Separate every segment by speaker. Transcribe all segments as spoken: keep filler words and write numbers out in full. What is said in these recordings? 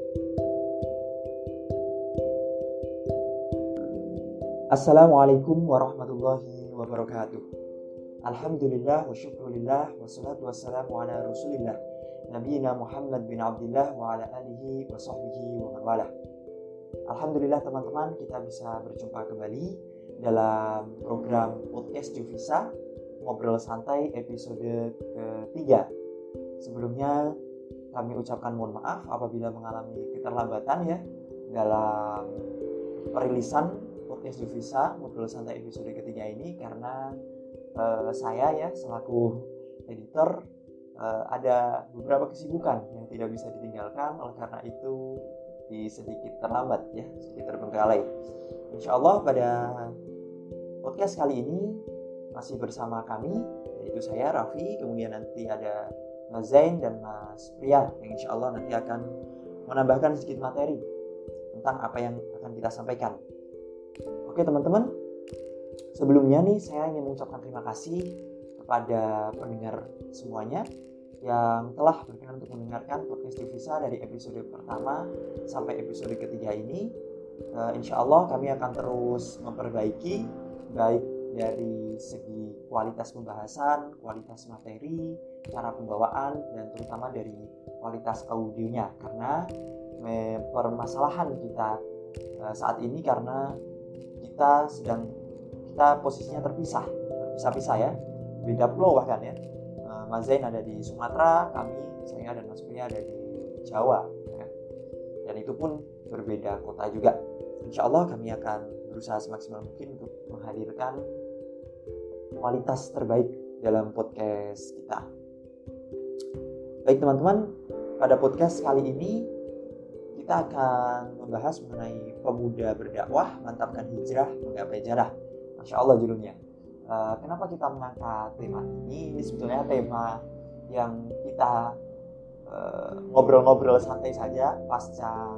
Speaker 1: Assalamualaikum warahmatullahi wabarakatuh. Alhamdulillah wa syukurillah wa salatu wassalamu ala rasulillah Nabiyina Muhammad bin Abdullah wa ala alihi wa sahbihi wa man walah. Alhamdulillah teman-teman, kita bisa berjumpa kembali dalam program podcast Juvisa Ngobrol Santai episode ketiga. Sebelumnya kami ucapkan mohon maaf apabila mengalami keterlambatan ya dalam perilisan podcast Juvisa Ngobrol Santai episode ketiga ini, karena uh, saya ya selaku editor uh, ada beberapa kesibukan yang tidak bisa ditinggalkan, oleh karena itu di sedikit terlambat ya, sedikit terbengkalai. Insya Allah pada podcast kali ini masih bersama kami, yaitu saya Raffi, kemudian nanti ada Mas Zain dan Mas Pria yang insya Allah nanti akan menambahkan sedikit materi tentang apa yang akan kita sampaikan. Oke teman-teman, sebelumnya nih saya ingin mengucapkan terima kasih kepada pendengar semuanya yang telah berkenan untuk mendengarkan podcast Juvisa dari episode pertama sampai episode ketiga ini. Uh, insya Allah kami akan terus memperbaiki baik dari segi kualitas pembahasan, kualitas materi, cara pembawaan, dan terutama dari kualitas audionya, karena permasalahan kita uh, saat ini karena kita sedang kita posisinya terpisah terpisah-pisah ya, beda pulau bahkan ya. uh, Mas Zain ada di Sumatera, kami saya dan Mas Pria ada di Jawa ya. Dan itu pun berbeda kota juga. Insya Allah kami akan berusaha semaksimal mungkin untuk menghadirkan kualitas terbaik dalam podcast kita. Baik teman-teman, pada podcast kali ini kita akan membahas mengenai pemuda berdakwah mantapkan hijrah menggapai jarah. Masya Allah judulnya. Uh, kenapa kita mengangkat tema ini? Ini sebetulnya tema yang kita uh, ngobrol-ngobrol santai saja pasca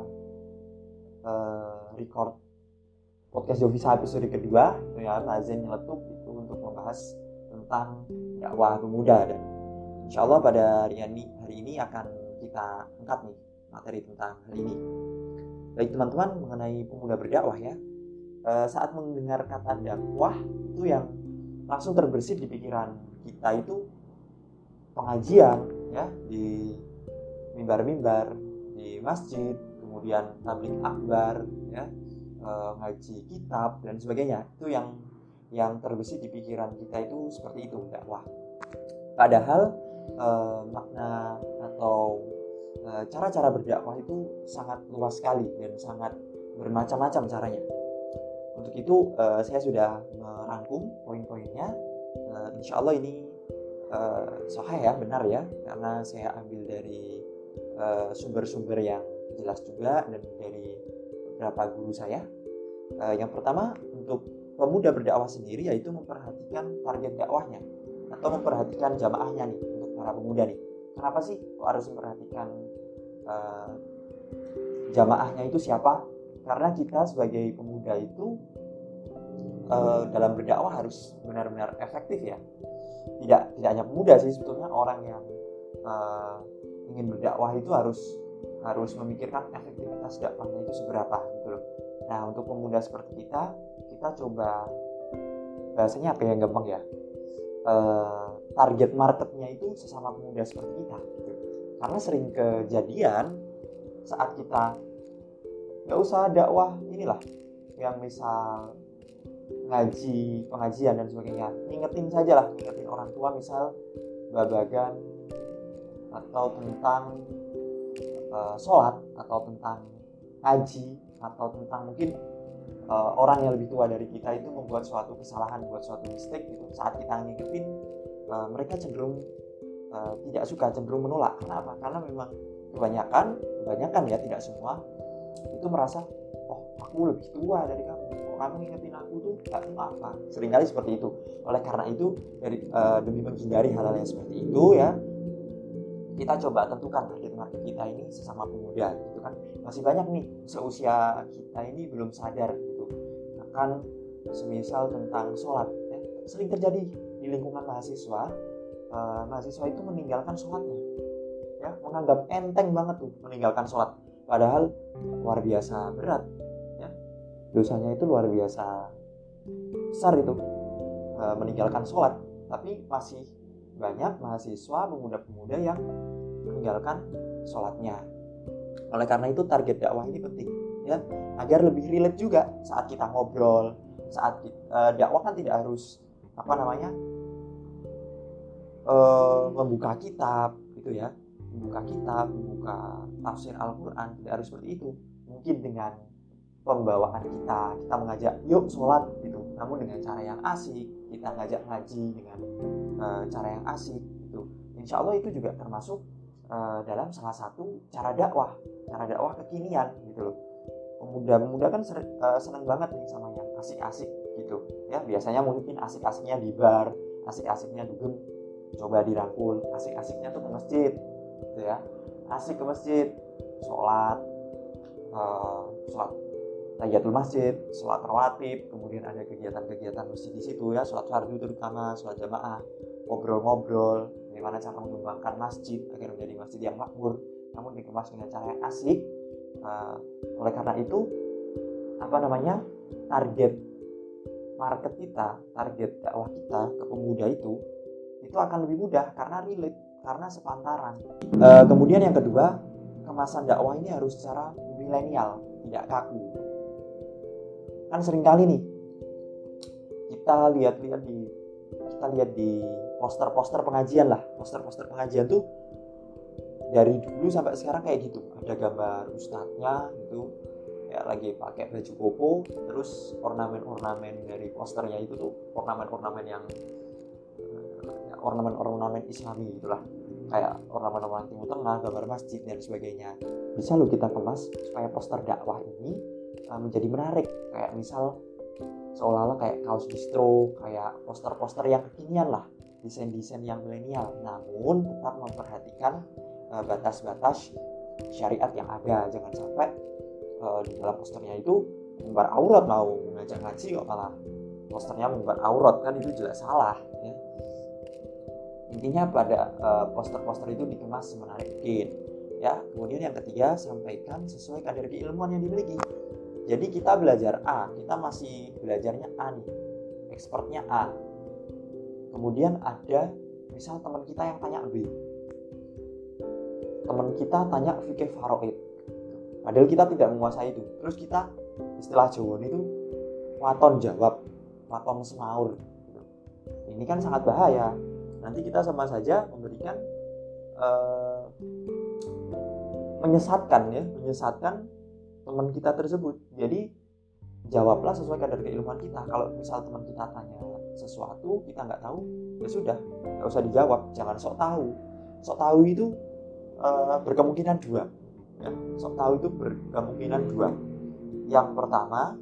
Speaker 1: uh, record podcast Jovisa episode kedua, ya Mas Zain nyeletuk itu untuk membahas tentang dakwah pemuda, dan insya Allah pada hari ini, hari ini akan kita angkat nih materi tentang hal ini. Baik teman-teman, mengenai pemuda berdakwah ya, e, saat mendengar kata dakwah itu yang langsung terbersit di pikiran kita itu pengajian ya, di mimbar-mimbar, di masjid, kemudian tabligh akbar ya, e, ngaji kitab dan sebagainya. Itu yang yang terbersit di pikiran kita itu seperti itu, dakwah. Padahal e, makna atau cara-cara berdakwah itu sangat luas sekali dan sangat bermacam-macam caranya. Untuk itu uh, saya sudah merangkum poin-poinnya. Uh, insya Allah ini uh, sahih ya, benar ya, karena saya ambil dari uh, sumber-sumber yang jelas juga dan dari beberapa guru saya. Uh, yang pertama, untuk pemuda berdakwah sendiri yaitu memperhatikan target dakwahnya atau memperhatikan jamaahnya nih, untuk para pemuda nih. Kenapa sih kok harus memperhatikan uh, jamaahnya itu siapa? Karena kita sebagai pemuda itu uh, dalam berdakwah harus benar-benar efektif ya. Tidak tidak hanya pemuda sih, sebetulnya orang yang uh, ingin berdakwah itu harus harus memikirkan efektivitas dakwahnya itu seberapa gitu loh. Nah, untuk pemuda seperti kita, kita coba bahasanya apa yang gampang ya? Uh, target marketnya itu sesama pemuda seperti kita gitu. Karena sering kejadian saat kita nggak usah dakwah inilah yang misal ngaji, pengajian dan sebagainya, ngingetin saja lah, ngingetin orang tua misal babagan atau tentang uh, sholat atau tentang ngaji atau tentang mungkin uh, orang yang lebih tua dari kita itu membuat suatu kesalahan, buat suatu mistake gitu. Saat kita ngingetin, Uh, mereka cenderung uh, tidak suka, cenderung menolak. Kenapa? Karena memang kebanyakan, kebanyakan ya, tidak semua itu merasa, oh aku lebih tua dari kamu, oh kamu ngingetin aku tuh gak apa-apa. Seringkali seperti itu. Oleh karena itu, dari, uh, demi menghindari hal-hal yang seperti itu ya, kita coba tentukan target market kita ini sesama pemuda gitu kan. Masih banyak nih seusia kita ini belum sadar gitu akan semisal tentang sholat ya. Sering terjadi di lingkungan mahasiswa, uh, mahasiswa itu meninggalkan sholatnya, ya, menganggap enteng banget tuh meninggalkan sholat. padahal luar biasa berat ya, dosanya itu luar biasa besar itu, e, meninggalkan sholat. Tapi masih banyak mahasiswa pemuda-pemuda yang meninggalkan sholatnya. Oleh karena itu target dakwah ini penting ya, agar lebih relate juga saat kita ngobrol, saat kita, e, dakwah kan tidak harus apa namanya e, membuka kitab gitu ya, membuka kitab, membuka tafsir Al-Quran, tidak harus seperti itu. Mungkin dengan pembawaan kita, kita mengajak yuk sholat gitu, namun dengan cara yang asik, kita ngajak ngaji dengan uh, cara yang asik gitu. Insya Allah itu juga termasuk uh, dalam salah satu cara dakwah, cara dakwah kekinian gitu loh. Pemuda-pemuda kan ser- uh, seneng banget nih sama yang asik-asik gitu ya. Biasanya mungkin asik-asiknya di bar, asik-asiknya dugem, coba dirangkul, asik-asiknya tuh ke masjid gitu ya, asik ke masjid, sholat, uh, sholat tahiyatul masjid, sholat rawatib, kemudian ada kegiatan-kegiatan masjid di situ ya, sholat fardu terutama, sholat jamaah, ngobrol-ngobrol, bagaimana cara mengembangkan masjid agar menjadi masjid yang makmur, namun dikemas dengan cara yang asik. Uh, oleh karena itu, apa namanya, target market kita, target dakwah kita ke pemuda itu, itu akan lebih mudah karena relate, karena sepantaran. Uh, kemudian yang kedua, kemasan dakwah ini harus secara milenial, tidak kaku. Kan seringkali nih kita lihat-lihat di kita lihat di poster-poster pengajian lah, poster-poster pengajian tuh dari dulu sampai sekarang kayak gitu, ada gambar ustadznya gitu ya, lagi pakai baju koko, terus ornamen-ornamen dari posternya itu tuh ornamen-ornamen yang ya, ornamen-ornamen Islami gitulah, kayak ornamen-ornamen Timur Tengah, gambar masjid dan sebagainya. Bisa loh kita kemas supaya poster dakwah ini menjadi menarik, kayak misal seolah-olah kayak kaos distro, kayak poster-poster yang kekinian lah, desain-desain yang milenial, namun tetap memperhatikan uh, batas-batas syariat yang ada. Jangan sampai uh, di dalam posternya itu mengumbar aurat, mau ngajak ngaji kok malah posternya mengumbar aurat, kan itu jelas salah ya. Intinya pada uh, poster-poster itu dikemas semenarik mungkin ya. Kemudian yang ketiga, sampaikan sesuai kadar keilmuan yang dimiliki. Jadi kita belajar A, kita masih belajarnya A nih, expertnya A. Kemudian ada misal teman kita yang tanya B, teman kita tanya fikih faraid, padahal kita tidak menguasai itu. Terus kita istilah Jawa itu waton jawab, waton semaur. Ini kan sangat bahaya. Nanti kita sama saja memberikan uh, menyesatkan ya, menyesatkan teman kita tersebut. Jadi jawablah sesuai kadar keilmuan kita. Kalau misal teman kita tanya sesuatu kita nggak tahu, ya sudah, nggak usah dijawab. Jangan sok tahu. Sok tahu itu uh, berkemungkinan dua. Ya. Sok tahu itu berkemungkinan dua. Yang pertama,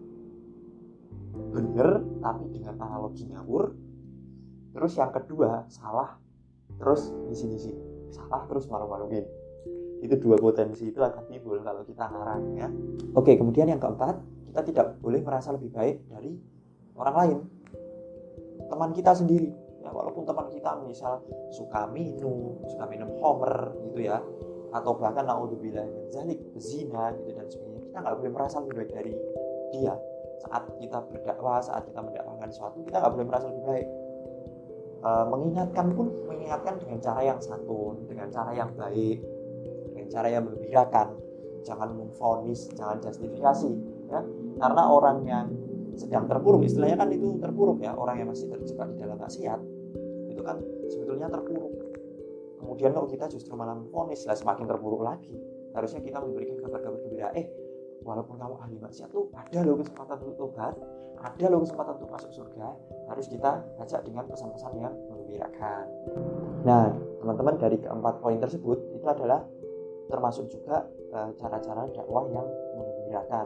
Speaker 1: benar tapi dengan analogi ngawur. Terus yang kedua, salah terus ngisi-ngisi. Salah terus malu-maluin. Itu dua potensi itu akan timbul kalau kita ngarang ya. Oke, kemudian yang keempat, kita tidak boleh merasa lebih baik dari orang lain, teman kita sendiri ya. Walaupun teman kita misal suka minum, suka minum homer gitu ya, atau bahkan naudzubillah min zalik, zina gitu dan sebagainya, kita nggak boleh merasa lebih baik dari dia. Saat kita berdakwah, saat kita mendakwahkan sesuatu, kita nggak boleh merasa lebih baik. E, mengingatkan pun mengingatkan dengan cara yang santun, dengan cara yang baik, cara yang membirakan, jangan memvonis, jangan justifikasi ya. Karena orang yang sedang terpuruk, istilahnya kan itu terpuruk ya, orang yang masih terjebak di dalam maksiat itu kan sebetulnya terpuruk. Kemudian kalau kita justru malah memvonis, lah semakin terpuruk lagi. Harusnya kita memberikan kabar-kabar gembira, eh walaupun kamu ahli maksiat tuh ada loh kesempatan untuk tobat, ada loh kesempatan untuk masuk surga. Harus kita ajak dengan pesan-pesan yang menggembirakan. Nah teman-teman, dari keempat poin tersebut itu adalah termasuk juga e, cara-cara dakwah yang menggembirakan.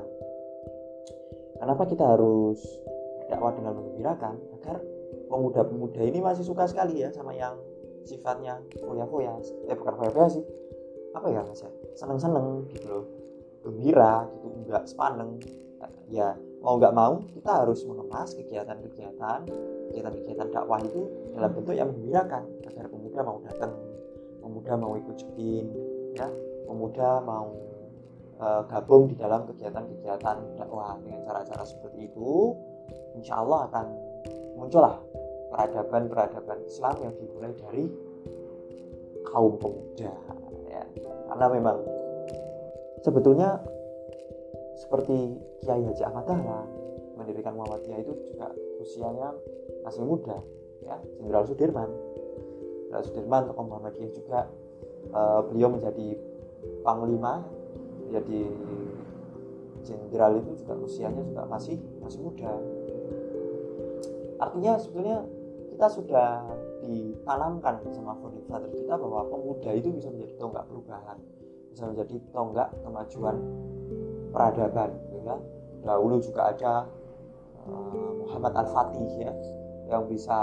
Speaker 1: Kenapa kita harus dakwah dengan menggembirakan? Agar pemuda-pemuda ini masih suka sekali ya sama yang sifatnya foya-foya, eh bukan foya-foya sih, apa ya mas ya, seneng-seneng gitu loh, gembira gitu, enggak sepaneng. Ya mau nggak mau kita harus mengemas kegiatan-kegiatan kegiatan-kegiatan dakwah itu dalam bentuk yang menggembirakan, agar pemuda mau datang, pemuda mau ikut join ya, pemuda mau uh, gabung di dalam kegiatan-kegiatan dakwah dengan cara-cara seperti itu, insya Allah akan muncullah peradaban-peradaban Islam yang dimulai dari kaum pemuda ya. Karena memang sebetulnya seperti Kiai Haji Ahmad Dahlan mendirikan Muhammadiyah itu juga usianya masih muda ya. Jenderal Sudirman Jenderal Sudirman tokoh Muhammadiyah juga, uh, beliau menjadi panglima, menjadi jenderal itu juga usianya juga masih masih muda. Artinya sebetulnya kita sudah ditanamkan sama founding father kita bahwa pemuda itu bisa menjadi tonggak perubahan, bisa menjadi tonggak kemajuan peradaban ya. Dahulu juga ada uh, Muhammad Al-Fatih ya, yang bisa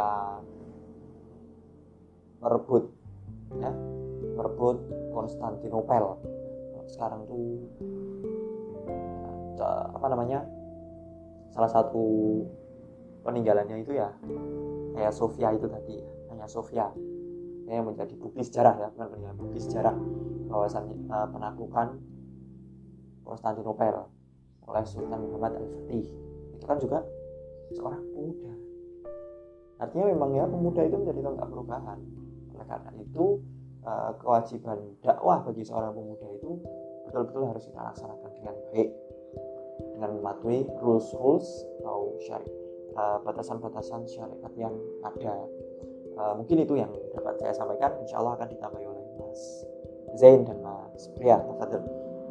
Speaker 1: merebut ya, merebut Konstantinopel. Sekarang tuh uh, apa namanya, salah satu peninggalannya itu ya Hagia Sophia itu tadi, Hagia Sophia yang menjadi bukti sejarah ya, bukan peninggalan, bukti sejarah bahwasannya uh, penaklukan Konstantinopel oleh Sultan Muhammad Al-Fatih itu kan juga seorang pemuda. Artinya memang ya pemuda itu menjadi tonggak perubahan. Oleh karena itu uh, kewajiban dakwah bagi seorang pemuda itu betul-betul harus kita laksanakan dengan baik, dengan mematuhi rules-rules atau syari- uh, batasan-batasan syariat yang ada. Uh, mungkin itu yang dapat saya sampaikan. Insya Allah akan ditambahi oleh Mas Zain dan Mas Pria. Tafadhol.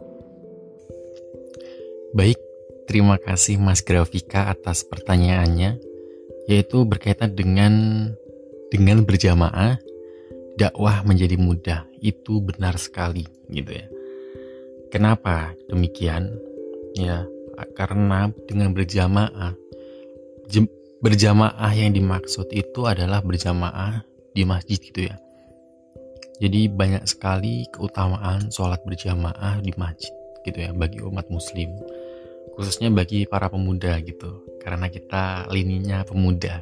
Speaker 2: Baik, terima kasih Mas Grafika atas pertanyaannya, yaitu berkaitan dengan dengan berjamaah dakwah menjadi mudah. Itu benar sekali gitu ya. Kenapa demikian? Ya, karena dengan berjamaah jem, berjamaah yang dimaksud itu adalah berjamaah di masjid gitu ya. Jadi banyak sekali keutamaan sholat berjamaah di masjid gitu ya bagi umat muslim, khususnya bagi para pemuda gitu, karena kita lininya pemuda.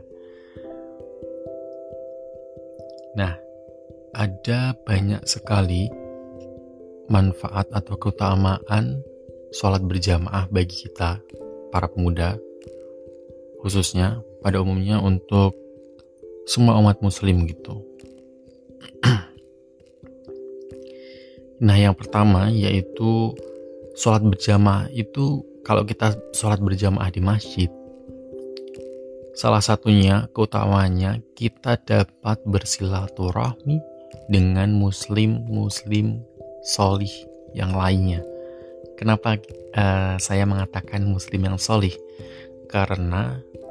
Speaker 2: Nah, ada banyak sekali manfaat atau keutamaan sholat berjamaah bagi kita para pemuda, khususnya pada umumnya untuk semua umat muslim gitu. Nah, yang pertama yaitu sholat berjamaah itu, kalau kita sholat berjamaah di masjid, salah satunya keutamaannya kita dapat bersilaturahmi dengan muslim-muslim sholih yang lainnya. Kenapa uh, saya mengatakan muslim yang sholih? Karena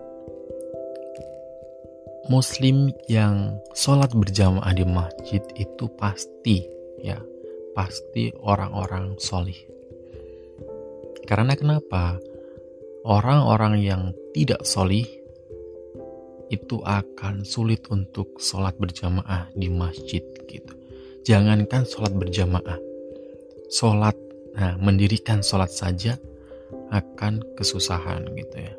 Speaker 2: muslim yang sholat berjamaah di masjid itu pasti ya, pasti orang-orang sholih. Karena kenapa? Orang-orang yang tidak sholih itu akan sulit untuk sholat berjamaah di masjid gitu. Jangankan sholat berjamaah, sholat, nah mendirikan sholat saja akan kesusahan gitu ya.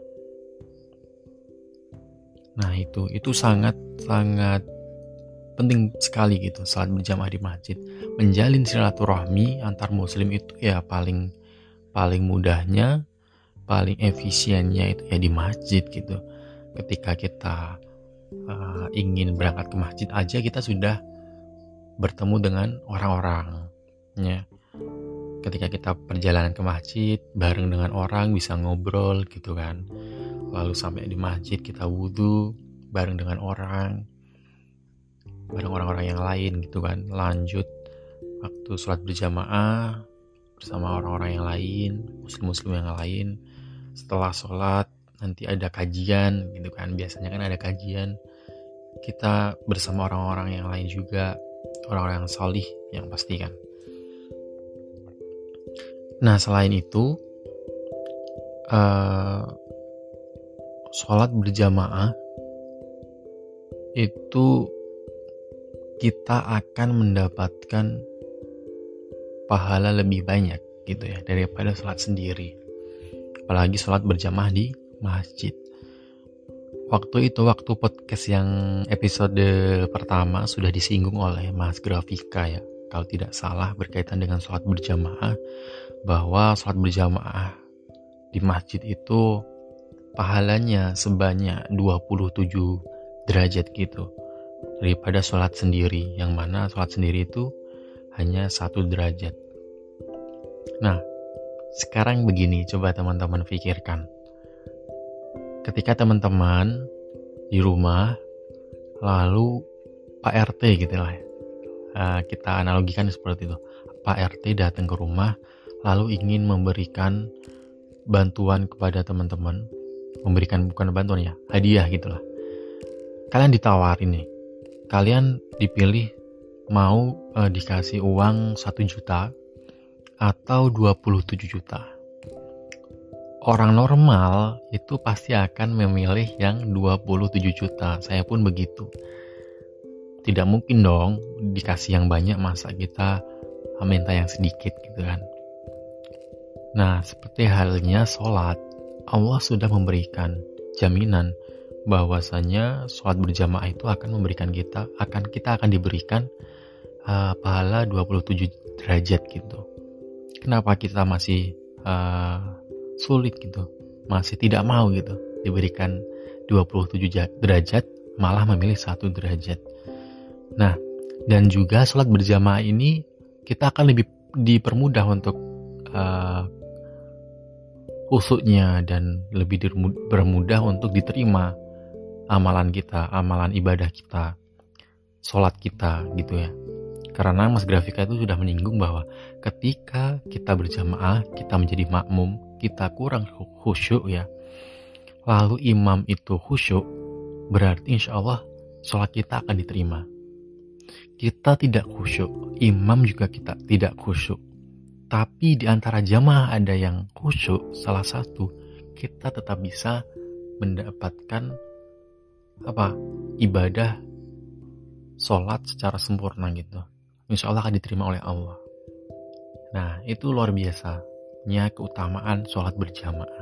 Speaker 2: Nah itu itu sangat sangat penting sekali gitu sholat berjamaah di masjid. Menjalin silaturahmi antar muslim itu ya paling paling mudahnya, paling efisiennya itu ya di masjid gitu. Ketika kita uh, ingin berangkat ke masjid aja, kita sudah bertemu dengan orang-orang ya. Ketika kita perjalanan ke masjid bareng dengan orang, bisa ngobrol gitu kan. Lalu sampai di masjid kita wudhu bareng dengan orang, bareng orang-orang yang lain gitu kan. Lanjut waktu sholat berjamaah bersama orang-orang yang lain, muslim-muslim yang lain. Setelah sholat nanti ada kajian gitu kan, biasanya kan ada kajian, kita bersama orang-orang yang lain juga, orang-orang yang sholih yang pasti kan. Nah selain itu uh, sholat berjamaah itu kita akan mendapatkan pahala lebih banyak gitu ya daripada sholat sendiri, apalagi sholat berjamaah di masjid. Waktu itu, waktu podcast yang episode pertama sudah disinggung oleh Mas Grafika ya, kalau tidak salah, berkaitan dengan sholat berjamaah. bahwa sholat berjamaah di masjid itu pahalanya sebanyak dua puluh tujuh derajat gitu daripada sholat sendiri, yang mana sholat sendiri itu hanya satu derajat. Nah, sekarang begini, coba teman-teman pikirkan. Ketika teman-teman di rumah, lalu Pak R T gitu lah, uh, kita analogikan seperti itu. Pak R T datang ke rumah, lalu ingin memberikan bantuan kepada teman-teman, memberikan bukan bantuan ya, hadiah gitulah. Kalian ditawarin nih, kalian dipilih mau uh, dikasih uang satu juta atau dua puluh tujuh juta. Orang normal itu pasti akan memilih yang dua puluh tujuh juta. Saya pun begitu. Tidak mungkin dong dikasih yang banyak, masa kita minta yang sedikit gitu kan. Nah, seperti halnya sholat, Allah sudah memberikan jaminan bahwasanya sholat berjamaah itu akan memberikan kita, akan kita akan diberikan uh, pahala dua puluh tujuh derajat gitu. Kenapa kita masih uh, sulit gitu, masih tidak mau gitu diberikan dua puluh tujuh derajat, malah memilih satu derajat. Nah, dan juga sholat berjamaah ini kita akan lebih dipermudah untuk uh, khusyuknya, dan lebih dipermudah untuk diterima amalan kita, amalan ibadah kita, sholat kita gitu ya. Karena Mas Grafika itu sudah menyinggung bahwa ketika kita berjamaah, kita menjadi makmum, kita kurang khusyuk ya, lalu imam itu khusyuk, berarti insya Allah sholat kita akan diterima. Kita tidak khusyuk, imam juga kita tidak khusyuk, tapi di antara jamaah ada yang khusyuk, salah satu, kita tetap bisa mendapatkan apa ibadah sholat secara sempurna gitu. Insya Allah akan diterima oleh Allah. Nah, itu luar biasanya keutamaan sholat berjamaah.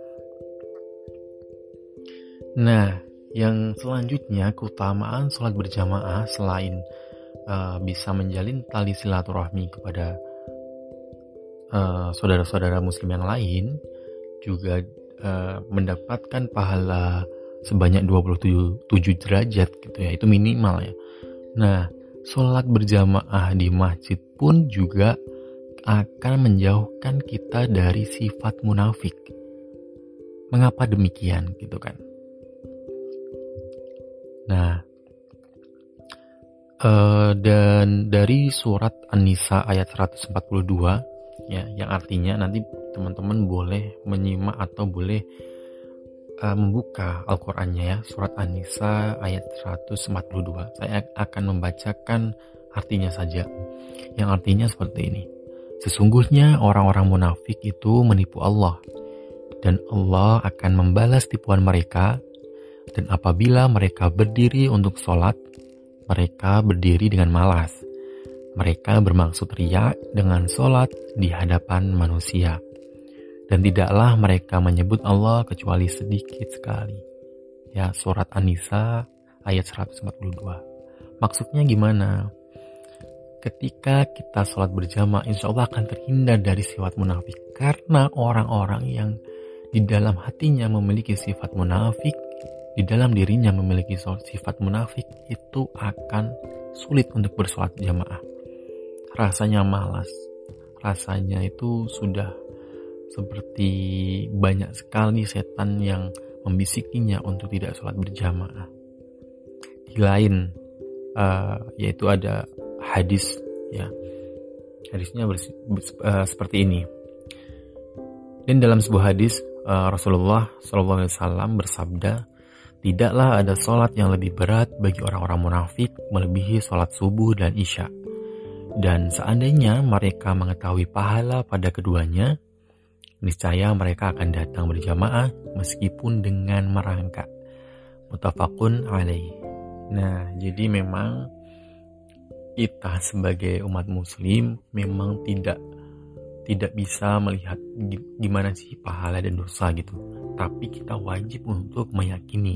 Speaker 2: Nah, yang selanjutnya keutamaan sholat berjamaah selain uh, bisa menjalin tali silaturahmi kepada uh, saudara-saudara muslim yang lain, juga uh, mendapatkan pahala sebanyak dua puluh tujuh derajat gitu ya, itu minimal ya. Nah, sholat berjamaah di masjid pun juga akan menjauhkan kita dari sifat munafik. Mengapa demikian gitu kan? Nah, uh, dan dari surat An-Nisa ayat seratus empat puluh dua ya, yang artinya nanti teman-teman boleh menyimak atau boleh uh, membuka Al-Qur'annya ya, surat An-Nisa ayat seratus empat puluh dua. Saya akan membacakan artinya saja. Yang artinya seperti ini. Sesungguhnya orang-orang munafik itu menipu Allah, dan Allah akan membalas tipuan mereka. Dan apabila mereka berdiri untuk sholat, mereka berdiri dengan malas. Mereka bermaksud riya dengan sholat di hadapan manusia. Dan tidaklah mereka menyebut Allah kecuali sedikit sekali. Ya, surat An-Nisa ayat seratus empat puluh dua. Maksudnya gimana? Ketika kita sholat berjamaah, insya Allah akan terhindar dari sifat munafik. Karena orang-orang yang di dalam hatinya memiliki sifat munafik, di dalam dirinya memiliki sifat munafik, itu akan sulit untuk bersolat jamaah. Rasanya malas, rasanya itu sudah seperti banyak sekali setan yang membisikinya untuk tidak sholat berjamaah. Di lain, uh, yaitu ada hadis ya, hadisnya bersi, uh, seperti ini. Dan dalam sebuah hadis uh, Rasulullah shallallahu alaihi wasallam bersabda, tidaklah ada sholat yang lebih berat bagi orang-orang munafik melebihi sholat subuh dan isya. Dan seandainya mereka mengetahui pahala pada keduanya, niscaya mereka akan datang berjamaah meskipun dengan merangkak. Muttafaqun alaih. Nah, jadi memang kita sebagai umat muslim memang tidak tidak bisa melihat gimana sih pahala dan dosa gitu. Tapi kita wajib untuk meyakini.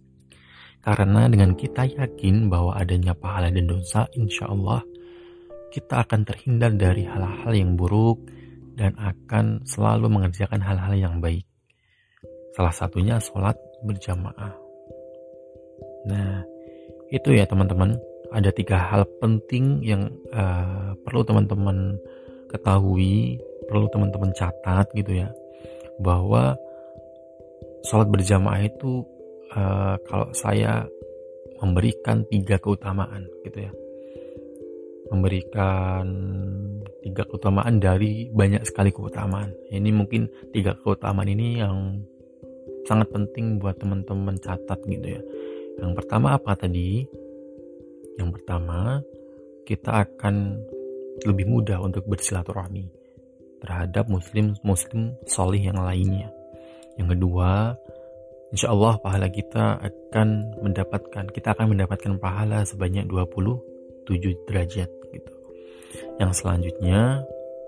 Speaker 2: Karena dengan kita yakin bahwa adanya pahala dan dosa, insya Allah kita akan terhindar dari hal-hal yang buruk dan akan selalu mengerjakan hal-hal yang baik. Salah satunya sholat berjamaah. Nah, itu ya teman-teman. Ada tiga hal penting yang uh, perlu teman-teman ketahui, perlu teman-teman catat gitu ya, bahwa sholat berjamaah itu uh, kalau saya memberikan tiga keutamaan gitu ya, memberikan tiga keutamaan dari banyak sekali keutamaan. Ini mungkin tiga keutamaan ini yang sangat penting buat teman-teman catat gitu ya. Yang pertama apa tadi? Yang pertama, kita akan lebih mudah untuk bersilaturahmi terhadap muslim-muslim solih yang lainnya. Yang kedua, insya Allah pahala kita akan mendapatkan, kita akan mendapatkan pahala sebanyak dua puluh tujuh derajat gitu. Yang selanjutnya,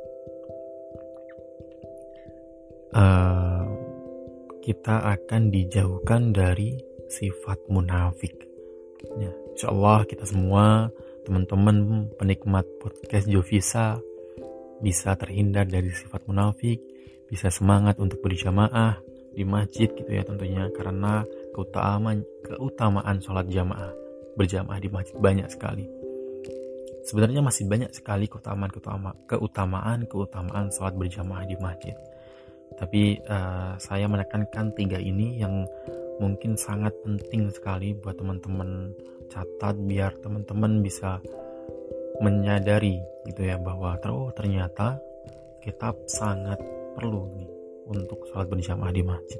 Speaker 2: uh, kita akan dijauhkan dari sifat munafik. Ya, insya Allah kita semua teman-teman penikmat podcast Jovisa bisa terhindar dari sifat munafik, bisa semangat untuk berjamaah di masjid gitu ya tentunya, karena keutamaan keutamaan sholat jamaah berjamaah di masjid banyak sekali. Sebenarnya masih banyak sekali keutamaan keutamaan keutamaan keutamaan sholat berjamaah di masjid. Tapi uh, saya menekankan tiga ini yang mungkin sangat penting sekali buat teman-teman catat, biar teman-teman bisa menyadari gitu ya, bahwa oh, ternyata kita sangat perlu nih untuk sholat berjamaah di masjid.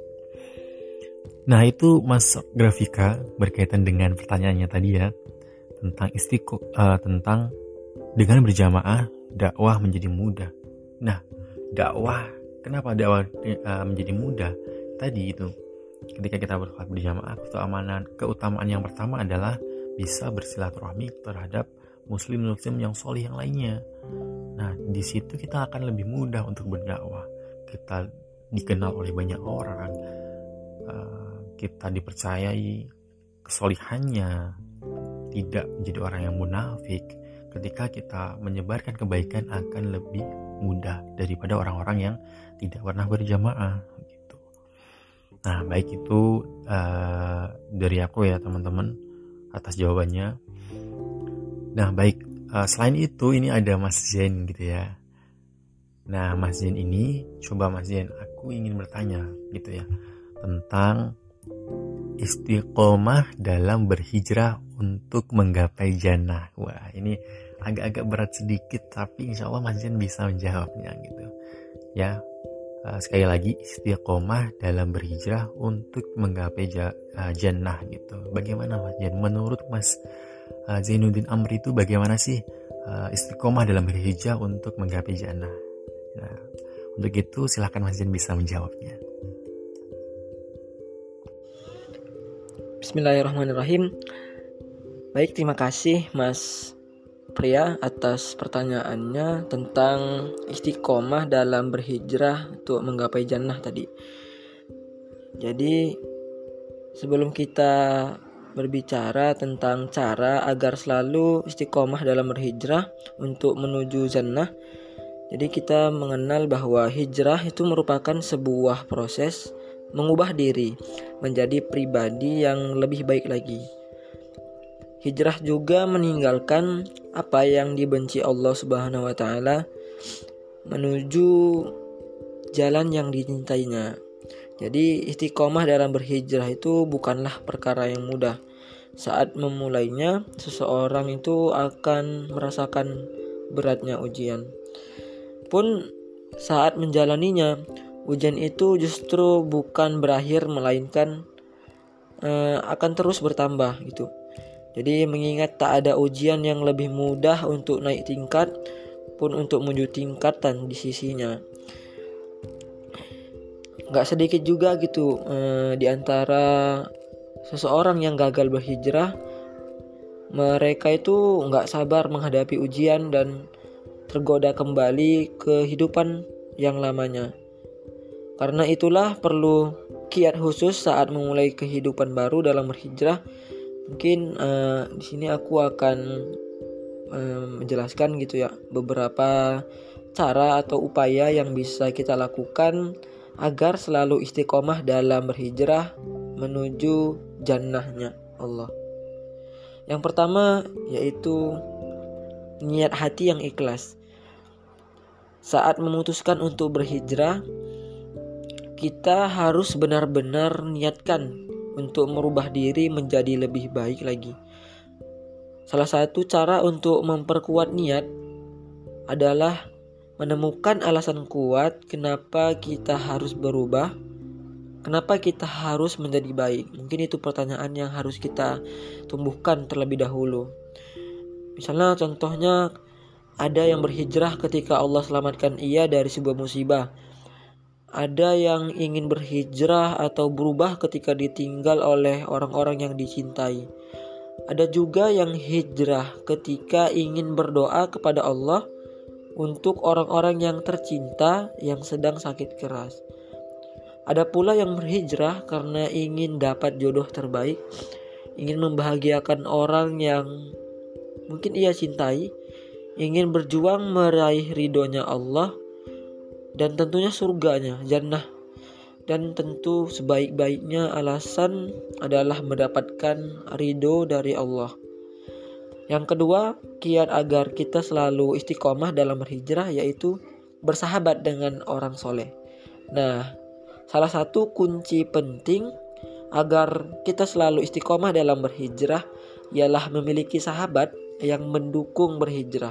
Speaker 2: Nah itu Mas Grafika berkaitan dengan pertanyaannya tadi ya, tentang istiqo uh, tentang dengan berjamaah dakwah menjadi mudah. Nah dakwah, kenapa dakwah uh, menjadi mudah? Tadi itu ketika kita bersolat berjamaah, keutamaan keutamaan yang pertama adalah bisa bersilaturahmi terhadap muslim-muslim yang solih yang lainnya. Nah, di situ kita akan lebih mudah untuk berdakwah. Kita dikenal oleh banyak orang, uh, kita dipercayai kesolihannya, tidak menjadi orang yang munafik. Ketika kita menyebarkan kebaikan akan lebih mudah daripada orang-orang yang tidak pernah berjamaah. Nah, baik itu uh, dari aku ya teman-teman atas jawabannya. Nah, baik uh, selain itu ini ada Mas Zen gitu ya. Nah, Mas Zen ini, coba Mas Zen, aku ingin bertanya gitu ya tentang istiqomah dalam berhijrah untuk menggapai jannah. Wah, ini agak-agak berat sedikit, tapi insya Allah Mas Zen bisa menjawabnya gitu ya. Uh, sekali lagi, istiqomah dalam berhijrah untuk menggapai jannah gitu. Bagaimana Mas Jan? Menurut Mas uh, Zainuddin Amri itu bagaimana sih uh, istiqomah dalam berhijrah untuk menggapai jannah? Nah, untuk itu silakan Mas Jan bisa menjawabnya.
Speaker 3: Bismillahirrahmanirrahim. Baik, terima kasih Mas Pria atas pertanyaannya tentang istiqomah dalam berhijrah untuk menggapai jannah tadi. Jadi sebelum kita berbicara tentang cara agar selalu istiqomah dalam berhijrah untuk menuju jannah, jadi kita mengenal bahwa hijrah itu merupakan sebuah proses mengubah diri menjadi pribadi yang lebih baik lagi. Hijrah juga meninggalkan apa yang dibenci Allah Subhanahu wa taala menuju jalan yang dicintainya. Jadi istiqomah dalam berhijrah itu bukanlah perkara yang mudah. Saat memulainya, seseorang itu akan merasakan beratnya ujian. Pun saat menjalaninya, ujian itu justru bukan berakhir melainkan uh, akan terus bertambah gitu. Jadi mengingat tak ada ujian yang lebih mudah untuk naik tingkat pun untuk menuju tingkatan di sisinya. Gak sedikit juga gitu eh, di antara seseorang yang gagal berhijrah, mereka itu gak sabar menghadapi ujian dan tergoda kembali ke kehidupan yang lamanya. Karena itulah perlu kiat khusus saat memulai kehidupan baru dalam berhijrah. Mungkin uh, di sini aku akan eh, menjelaskan gitu ya beberapa cara atau upaya yang bisa kita lakukan agar selalu istiqomah dalam berhijrah menuju jannahnya Allah. Yang pertama yaitu niat hati yang ikhlas. Saat memutuskan untuk berhijrah, kita harus benar-benar niatkan untuk merubah diri menjadi lebih baik lagi. Salah satu cara untuk memperkuat niat adalah menemukan alasan kuat kenapa kita harus berubah, kenapa kita harus menjadi baik. Mungkin itu pertanyaan yang harus kita tumbuhkan terlebih dahulu. Misalnya contohnya ada yang berhijrah ketika Allah selamatkan ia dari sebuah musibah. Ada yang ingin berhijrah atau berubah ketika ditinggal oleh orang-orang yang dicintai. Ada juga yang hijrah ketika ingin berdoa kepada Allah untuk orang-orang yang tercinta yang sedang sakit keras. Ada pula yang berhijrah karena ingin dapat jodoh terbaik, ingin membahagiakan orang yang mungkin ia cintai, ingin berjuang meraih ridhonya Allah dan tentunya surganya, jannah. Dan tentu sebaik-baiknya alasan adalah mendapatkan ridho dari Allah. Yang kedua, kiat agar kita selalu istiqomah dalam berhijrah yaitu bersahabat dengan orang soleh. Nah, salah satu kunci penting agar kita selalu istiqomah dalam berhijrah ialah memiliki sahabat yang mendukung berhijrah.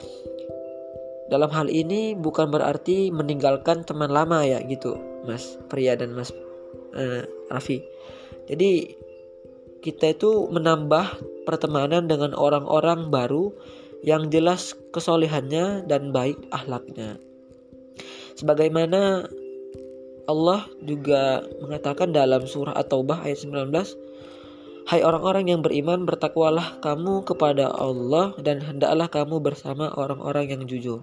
Speaker 3: Dalam hal ini bukan berarti meninggalkan teman lama ya gitu, Mas Pria dan Mas uh, Raffi. Jadi kita itu menambah pertemanan dengan orang-orang baru yang jelas kesolehannya dan baik akhlaknya. Sebagaimana Allah juga mengatakan dalam surah At-Taubah ayat sembilan belas, "Hai orang-orang yang beriman, bertakwalah kamu kepada Allah dan hendaklah kamu bersama orang-orang yang jujur."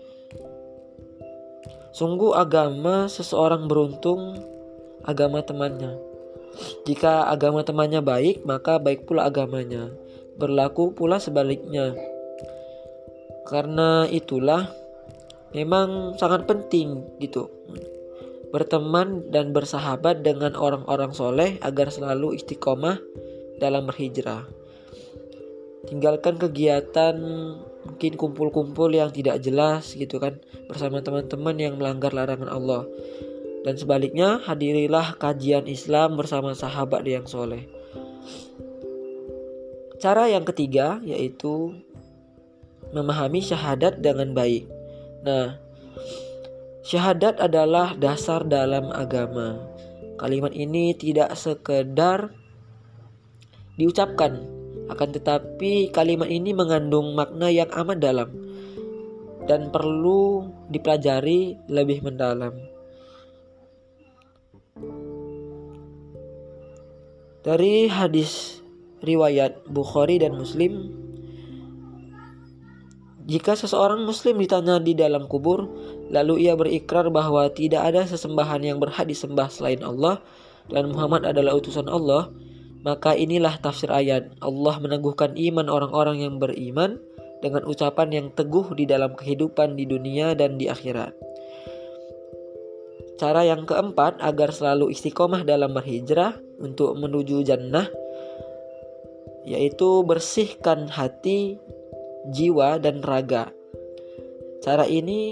Speaker 3: Sungguh agama seseorang beruntung agama temannya. Jika agama temannya baik, maka baik pula agamanya. Berlaku pula sebaliknya. Karena itulah memang sangat penting gitu berteman dan bersahabat dengan orang-orang soleh agar selalu istiqomah dalam berhijrah. Tinggalkan kegiatan mungkin kumpul-kumpul yang tidak jelas gitu kan bersama teman-teman yang melanggar larangan Allah. Dan sebaliknya, hadirilah kajian Islam bersama sahabat yang soleh. Cara yang ketiga yaitu memahami syahadat dengan baik. Nah, syahadat adalah dasar dalam agama. Kalimat ini tidak sekedar diucapkan, akan tetapi kalimat ini mengandung makna yang amat dalam dan perlu dipelajari lebih mendalam. Dari hadis riwayat Bukhari dan Muslim, jika seseorang muslim ditanya di dalam kubur, lalu ia berikrar bahwa tidak ada sesembahan yang berhak disembah selain Allah dan Muhammad adalah utusan Allah, maka inilah tafsir ayat Allah meneguhkan iman orang-orang yang beriman dengan ucapan yang teguh di dalam kehidupan di dunia dan di akhirat. Cara yang keempat agar selalu istiqomah dalam berhijrah untuk menuju jannah yaitu bersihkan hati, jiwa dan raga. Cara ini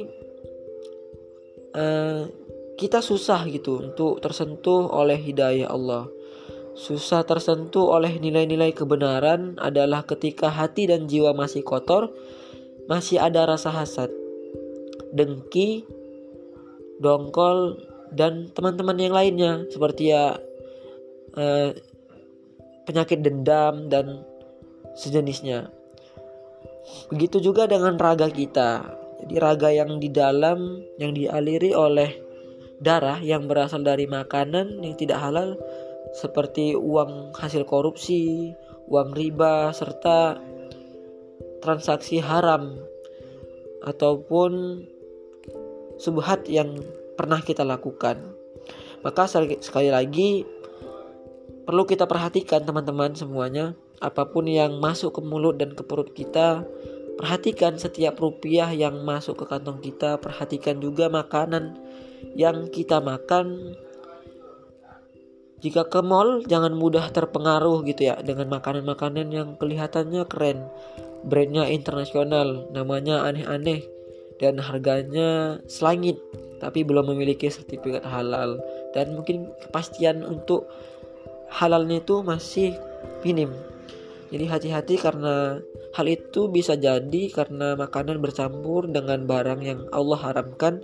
Speaker 3: uh, kita susah gitu untuk tersentuh oleh hidayah Allah. Susah tersentuh oleh nilai-nilai kebenaran adalah ketika hati dan jiwa masih kotor, masih ada rasa hasad, dengki, dongkol dan teman-teman yang lainnya seperti ya eh, penyakit dendam dan sejenisnya. Begitu juga dengan raga kita. Jadi raga yang di dalam yang dialiri oleh darah yang berasal dari makanan yang tidak halal seperti uang hasil korupsi, uang riba serta transaksi haram ataupun subhat yang pernah kita lakukan. Maka sekali lagi perlu kita perhatikan teman-teman semuanya, apapun yang masuk ke mulut dan ke perut kita perhatikan setiap rupiah yang masuk ke kantong kita, perhatikan juga makanan yang kita makan. Jika ke mall, jangan mudah terpengaruh gitu ya dengan makanan-makanan yang kelihatannya keren, brandnya internasional, namanya aneh-aneh, dan harganya selangit, tapi belum memiliki sertifikat halal, dan mungkin kepastian untuk halalnya itu masih minim. Jadi hati-hati, karena hal itu bisa jadi karena makanan bercampur dengan barang yang Allah haramkan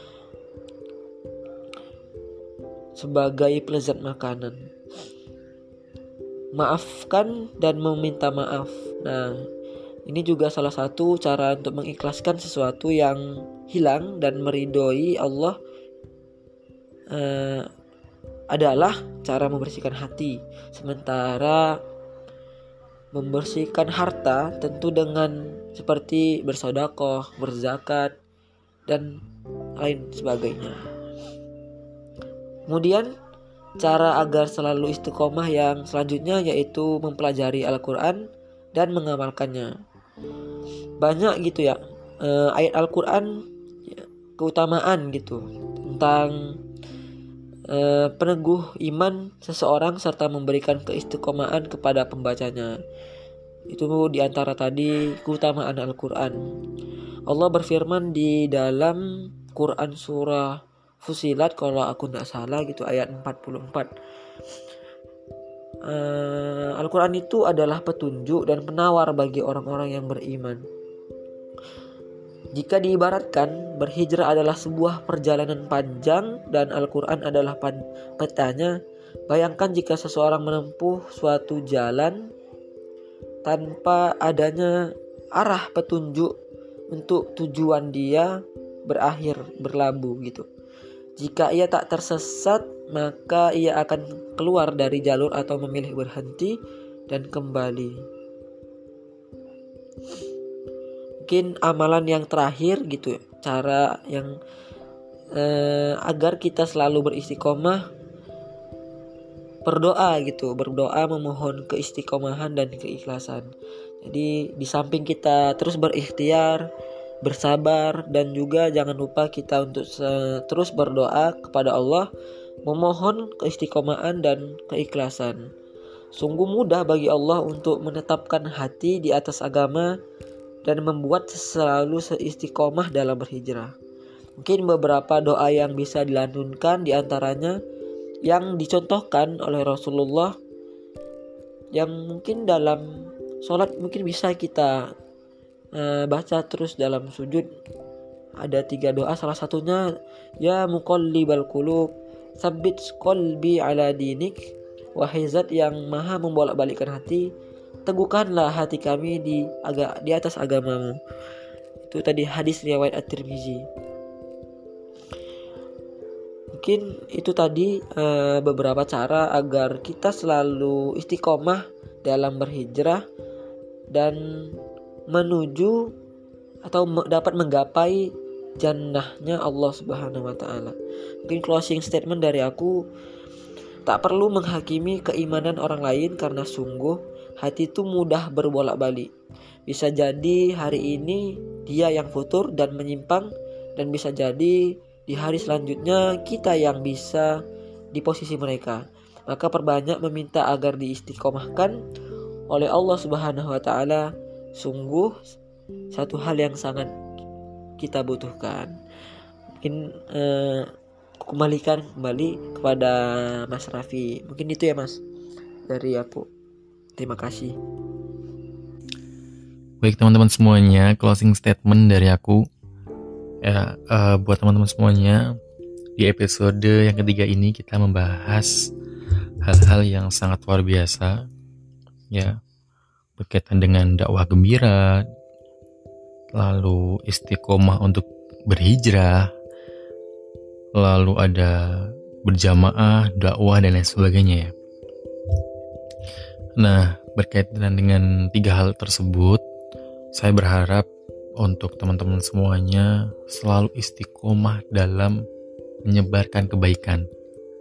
Speaker 3: sebagai pelezat makanan. Maafkan dan meminta maaf. Nah, ini juga salah satu cara untuk mengikhlaskan sesuatu yang hilang dan meridhoi Allah, eh, adalah cara membersihkan hati. Sementara membersihkan harta tentu dengan seperti bersedekah, berzakat, dan lain sebagainya. Kemudian cara agar selalu istiqomah yang selanjutnya yaitu mempelajari Al-Quran dan mengamalkannya. Banyak gitu ya eh, ayat Al-Quran ya, keutamaan gitu tentang eh, peneguh iman seseorang serta memberikan keistiqomahan kepada pembacanya. Itu diantara tadi keutamaan Al-Quran. Allah berfirman di dalam Quran surah Fusilat, kalau aku tidak salah gitu, ayat empat puluh empat. uh, Al-Quran itu adalah petunjuk dan penawar bagi orang-orang yang beriman. Jika diibaratkan, berhijrah adalah sebuah perjalanan panjang dan Al-Quran adalah pan- petanya. Bayangkan jika seseorang menempuh suatu jalan tanpa adanya arah petunjuk untuk tujuan dia berakhir berlabuh gitu. Jika ia tak tersesat, maka ia akan keluar dari jalur atau memilih berhenti dan kembali. Mungkin amalan yang terakhir gitu, cara yang eh, agar kita selalu beristiqomah, berdoa gitu, berdoa memohon keistiqomahan dan keikhlasan. Jadi di samping kita terus berikhtiar, bersabar, dan juga jangan lupa kita untuk se- terus berdoa kepada Allah, memohon keistiqomahan dan keikhlasan. Sungguh mudah bagi Allah untuk menetapkan hati di atas agama dan membuat selalu seistiqomah dalam berhijrah. Mungkin beberapa doa yang bisa dilantunkan diantaranya yang dicontohkan oleh Rasulullah, yang mungkin dalam sholat mungkin bisa kita Uh, baca terus dalam sujud. Ada tiga doa, salah satunya ya muqallibal qulub tsabbit qalbi ala dinik, wahai zat yang maha membolak-balikkan hati, teguhkanlah hati kami di aga, di atas agamamu. Itu tadi hadis riwayat At-Tirmizi. Mungkin itu tadi uh, beberapa cara agar kita selalu istiqomah dalam berhijrah dan menuju atau dapat menggapai jannahnya Allah Subhanahu wa taala. Mungkin closing statement dari aku, tak perlu menghakimi keimanan orang lain karena sungguh hati itu mudah berbolak-balik. Bisa jadi hari ini dia yang futur dan menyimpang, dan bisa jadi di hari selanjutnya kita yang bisa di posisi mereka. Maka perbanyak meminta agar diistiqomahkan oleh Allah Subhanahu wa taala. Sungguh satu hal yang sangat kita butuhkan. Mungkin eh, kembalikan kembali kepada Mas Raffi. Mungkin itu ya Mas dari aku. Terima kasih.
Speaker 2: Baik teman-teman semuanya, closing statement dari aku ya, uh, buat teman-teman semuanya, di episode yang ketiga ini kita membahas hal-hal yang sangat luar biasa ya, berkaitan dengan dakwah gembira, lalu istiqomah untuk berhijrah, lalu ada berjamaah, dakwah, dan lain sebagainya ya. Nah, berkaitan dengan tiga hal tersebut, saya berharap untuk teman-teman semuanya selalu istiqomah dalam menyebarkan kebaikan.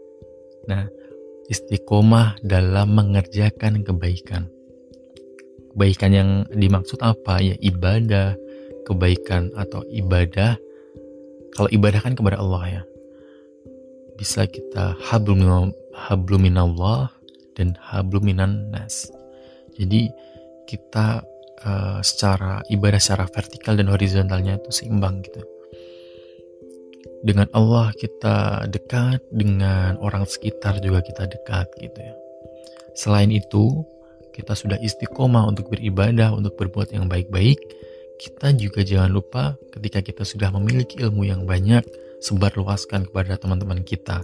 Speaker 2: Nah, istiqomah dalam mengerjakan kebaikan. kebaikan yang dimaksud apa? Ya ibadah, kebaikan atau ibadah. Kalau ibadah kan kepada Allah ya. Bisa kita hablum habluminallah dan habluminan nas. Jadi kita uh, secara ibadah secara vertikal dan horizontalnya itu seimbang gitu. Dengan Allah kita dekat, dengan orang sekitar juga kita dekat gitu ya. Selain itu, kita sudah istiqomah untuk beribadah, untuk berbuat yang baik-baik. Kita juga jangan lupa ketika kita sudah memiliki ilmu yang banyak, sebarluaskan kepada teman-teman kita.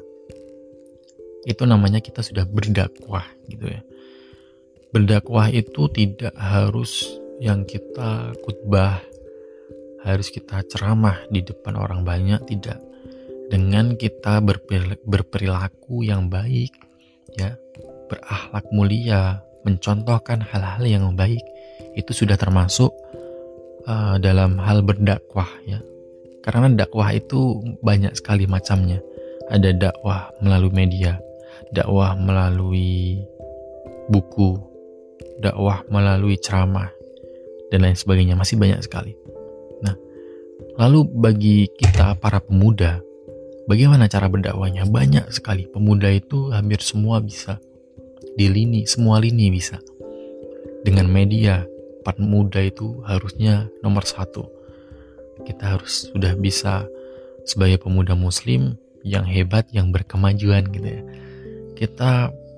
Speaker 2: Itu namanya kita sudah berdakwah gitu ya. Berdakwah itu tidak harus yang kita khutbah, harus kita ceramah di depan orang banyak, tidak. Dengan kita berperilaku yang baik, ya, berakhlak mulia, mencontohkan hal-hal yang baik, itu sudah termasuk uh, dalam hal berdakwah ya. Karena dakwah itu banyak sekali macamnya. Ada dakwah melalui media, dakwah melalui buku, dakwah melalui ceramah, dan lain sebagainya. Masih banyak sekali. Nah, lalu bagi kita para pemuda, bagaimana cara berdakwahnya? Banyak sekali. Pemuda itu hampir semua bisa. Di lini, semua lini bisa. Dengan media, pemuda itu harusnya nomor satu. Kita harus sudah bisa sebagai pemuda muslim yang hebat, yang berkemajuan gitu ya. Kita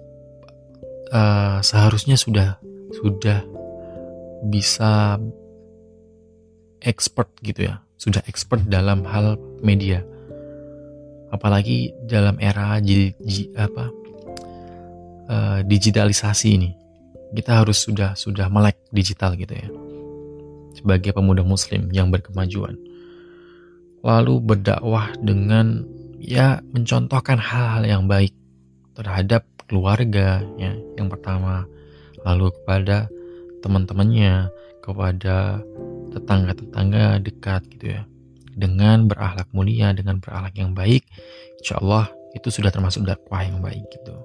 Speaker 2: uh, seharusnya sudah sudah bisa expert gitu ya. Sudah expert dalam hal media. Apalagi dalam era ji, ji, apa, uh, digitalisasi ini, kita harus sudah sudah melek digital gitu ya, sebagai pemuda muslim yang berkemajuan. Lalu berdakwah dengan ya mencontohkan hal-hal yang baik terhadap keluarga ya, yang pertama, lalu kepada teman-temannya, kepada tetangga-tetangga dekat gitu ya. Dengan berakhlak mulia, dengan berakhlak yang baik, insya Allah itu sudah termasuk dakwah yang baik gitu.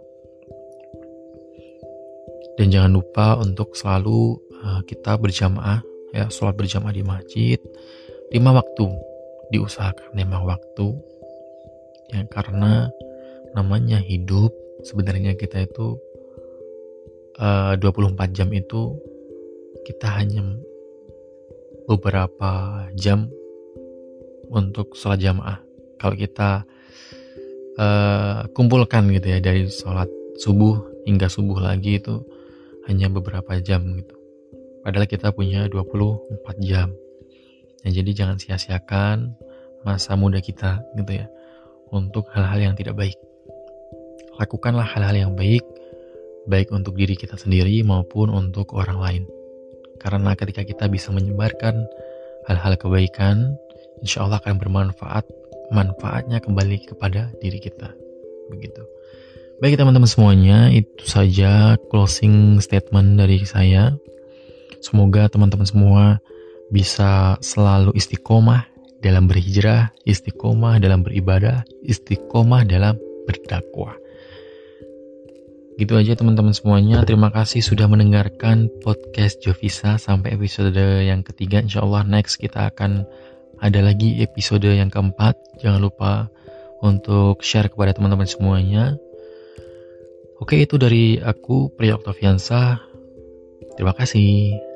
Speaker 2: Dan jangan lupa untuk selalu uh, kita berjamaah ya, sholat berjamaah di masjid lima waktu, diusahakan lima waktu ya, karena namanya hidup sebenarnya kita itu uh, dua puluh empat jam itu kita hanya beberapa jam untuk sholat jamaah. Kalau kita uh, kumpulkan gitu ya, dari sholat subuh hingga subuh lagi itu hanya beberapa jam gitu. Padahal kita punya dua puluh empat jam. Ya, jadi jangan sia-siakan masa muda kita gitu ya untuk hal-hal yang tidak baik. Lakukanlah hal-hal yang baik, baik untuk diri kita sendiri maupun untuk orang lain. Karena ketika kita bisa menyebarkan hal-hal kebaikan, insya Allah akan bermanfaat, manfaatnya kembali kepada diri kita. Begitu. Baik teman-teman semuanya, itu saja closing statement dari saya. Semoga teman-teman semua bisa selalu istiqomah dalam berhijrah, istiqomah dalam beribadah, istiqomah dalam berdakwah. Gitu aja teman-teman semuanya. Terima kasih sudah mendengarkan podcast Jovisa sampai episode yang ketiga. Insya Allah next kita akan ada lagi episode yang keempat. Jangan lupa untuk share kepada teman-teman semuanya. Oke, itu dari aku, Priya Oktaviansyah. Terima kasih.